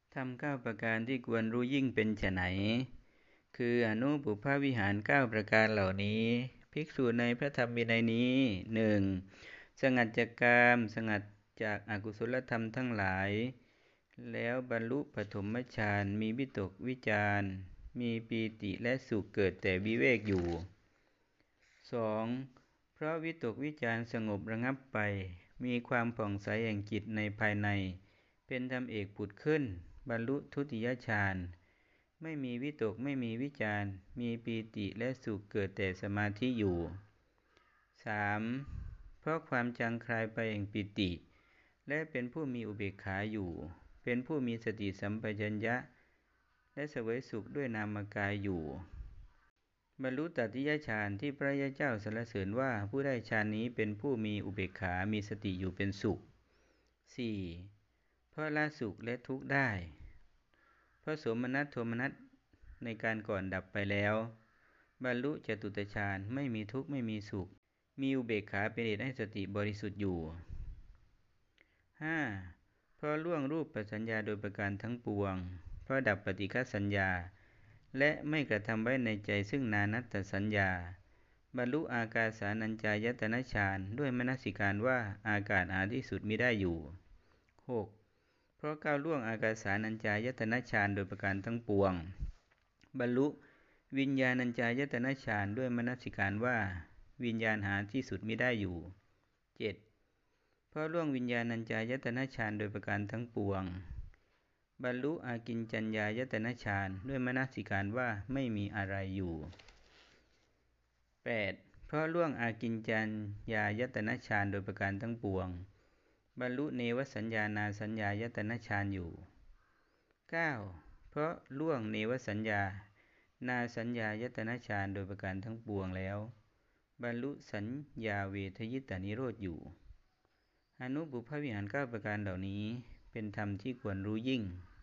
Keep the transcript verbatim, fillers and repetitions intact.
ธรรมเก้าประการที่ควรรู้ยิ่งเป็นไฉนคืออนุปุพพวิหารเก้าประการเหล่านี้ภิกษุในพระธรรมวินัยนี้ หนึ่ง สงัดจากกามสงัดจากอกุศลธรรมทั้งหลายแล้วบรรลุปฐมฌานมีวิตกวิจารมีปีติและสุขเกิดแต่วิเวกอยู่ สอง เพราะวิตกวิจารสงบระงับไปมีความผ่องใสแห่งจิตในภายในเป็นธรรมเอกผุดขึ้นบรรลุทุติยฌานไม่มีวิตกไม่มีวิจารมีปีติและสุขเกิดแต่สมาธิอยู่ สาม เพราะความจางคลายไปแห่งปีติและเป็นผู้มีอุเบกขาอยู่เป็นผู้มีสติสัมปชัญญะและเสวยสุขด้วยนามกายอยู่บรรลุตติยฌานที่พระยาเจ้าสรรเสริญว่าผู้ได้ฌานนี้เป็นผู้มีอุเบกขามีสติอยู่เป็นสุข สี่ เพราะละสุขและทุกข์ได้เพราะโสมนัสโทมนัสในการก่อนดับไปแล้วบรรลุจตุตฌานไม่มีทุกข์ไม่มีสุขมีอุเบกขาเป็นเหตุให้สติบริสุทธิ์อยู่ ห้า เพราะล่วงรูปสัญญาโดยประการทั้งปวงเพราะดับปฏิฆสัญญาและไม่กระทำไว้ในใจซึ่งนานัตตสัญญาบรรลุอากาสานัญจายตนะฌานด้วยมนสิการว่าอากาศหาที่สุดมิได้อยู่ หก เพราะก้าวล่วงอากาสานัญจายตนะฌานโดยประการทั้งปวงบรรลุวิญญาณัญจายตนะฌานด้วยมนสิการว่าวิญญาณหาที่สุดมิได้อยู่ เจ็ด เพราะล่วงวิญญาณัญจายตนะฌานโดยประการทั้งปวงบรรลุอากิญจัญญายตนะฌานด้วยมนสิการว่าไม่มีอะไรอยู่ แปด เพราะล่วงอากิญจัญญายตนะฌานโดยประการทั้งปวงบรรลุเนวสัญญานาสัญญายตนะฌานอยู่ เก้า เพราะล่วงเนวสัญญานาสัญญายตนะฌานโดยประการทั้งปวงแล้วบรรลุสัญญาเวทยิตานิโรธอยู่อนุปุพพวิหารเก้าประการเหล่านี้เป็นธรรมที่ควรรู้ยิ่ง